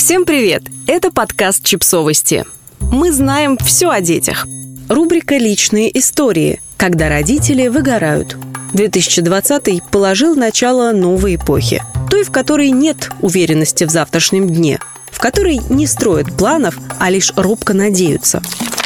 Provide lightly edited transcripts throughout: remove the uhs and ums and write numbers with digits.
Всем привет! Это подкаст «Чипсовости». Мы знаем все о детях. Рубрика «Личные истории», когда родители выгорают. 2020 положил начало новой эпохи. Той, в которой нет уверенности в завтрашнем дне, в которой не строят планов, а лишь робко надеются.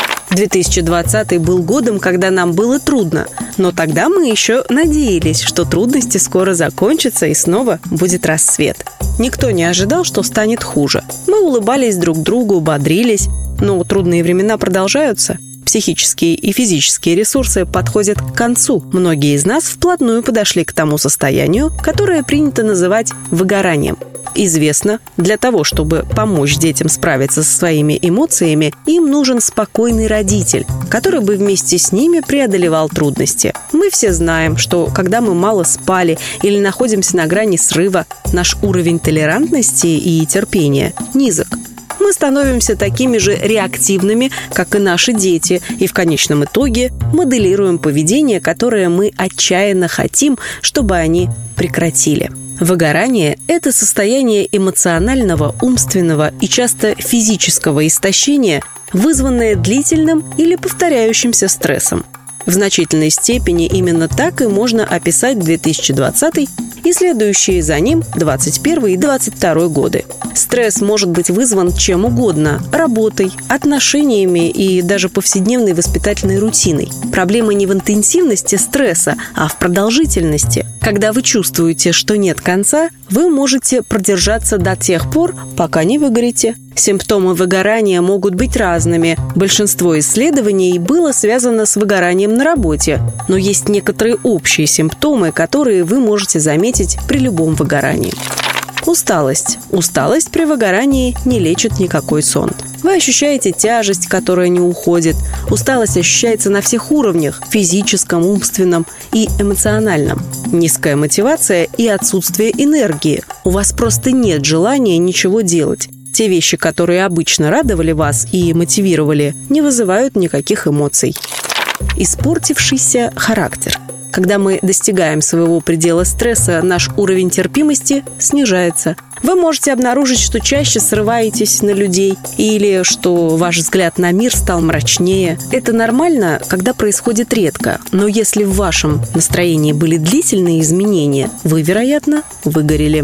2020 был годом, когда нам было трудно, но тогда мы еще надеялись, что трудности скоро закончатся и снова будет рассвет. Никто не ожидал, что станет хуже. Мы улыбались друг другу, бодрились, но трудные времена продолжаются. Психические и физические ресурсы подходят к концу. Многие из нас вплотную подошли к тому состоянию, которое принято называть выгоранием. Известно, для того, чтобы помочь детям справиться со своими эмоциями, им нужен спокойный родитель, который бы вместе с ними преодолевал трудности. Мы все знаем, что когда мы мало спали или находимся на грани срыва, наш уровень толерантности и терпения низок. Мы становимся такими же реактивными, как и наши дети, и в конечном итоге моделируем поведение, которое мы отчаянно хотим, чтобы они прекратили. Выгорание – это состояние эмоционального, умственного и часто физического истощения, вызванное длительным или повторяющимся стрессом. В значительной степени именно так и можно описать 2020 и следующие за ним 2021 и 2022 годы. Стресс может быть вызван чем угодно – работой, отношениями и даже повседневной воспитательной рутиной. Проблема не в интенсивности стресса, а в продолжительности. Когда вы чувствуете, что нет конца, вы можете продержаться до тех пор, пока не выгорите. Симптомы выгорания могут быть разными. Большинство исследований было связано с выгоранием на работе, но есть некоторые общие симптомы, которые вы можете заметить при любом выгорании. Усталость. Усталость при выгорании не лечит никакой сон. Вы ощущаете тяжесть, которая не уходит. Усталость ощущается на всех уровнях – физическом, умственном и эмоциональном. Низкая мотивация и отсутствие энергии. У вас просто нет желания ничего делать. Те вещи, которые обычно радовали вас и мотивировали, не вызывают никаких эмоций. Испортившийся характер. Когда мы достигаем своего предела стресса, наш уровень терпимости снижается. Вы можете обнаружить, что чаще срываетесь на людей или что ваш взгляд на мир стал мрачнее. Это нормально, когда происходит редко, но если в вашем настроении были длительные изменения, вы, вероятно, выгорели.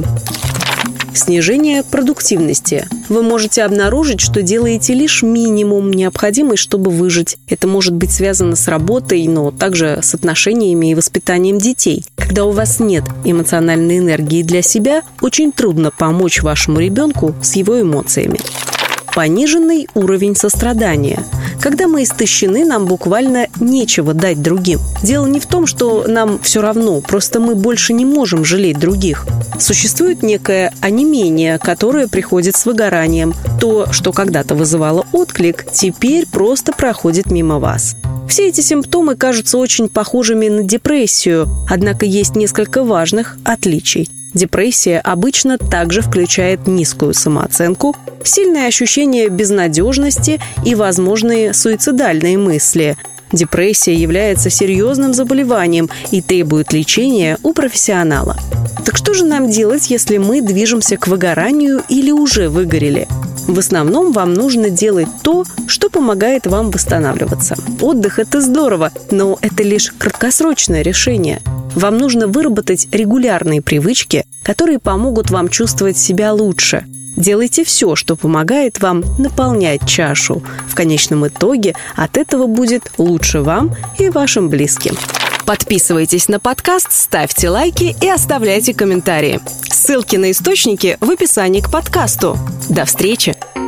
Снижение продуктивности. Вы можете обнаружить, что делаете лишь минимум, необходимый, чтобы выжить. Это может быть связано с работой, но также с отношениями и воспитанием детей. Когда у вас нет эмоциональной энергии для себя, очень трудно помочь вашему ребенку с его эмоциями. Пониженный уровень сострадания. Когда мы истощены, нам буквально нечего дать другим. Дело не в том, что нам все равно, просто мы больше не можем жалеть других. Существует некое онемение, которое приходит с выгоранием. То, что когда-то вызывало отклик, теперь просто проходит мимо вас. Все эти симптомы кажутся очень похожими на депрессию, однако есть несколько важных отличий. Депрессия обычно также включает низкую самооценку, сильное ощущение безнадежности и возможные суицидальные мысли. Депрессия является серьезным заболеванием и требует лечения у профессионала. Так что же нам делать, если мы движемся к выгоранию или уже выгорели? В основном вам нужно делать то, что помогает вам восстанавливаться. Отдых – это здорово, но это лишь краткосрочное решение. Вам нужно выработать регулярные привычки, которые помогут вам чувствовать себя лучше. Делайте все, что помогает вам наполнять чашу. В конечном итоге от этого будет лучше вам и вашим близким. Подписывайтесь на подкаст, ставьте лайки и оставляйте комментарии. Ссылки на источники в описании к подкасту. До встречи!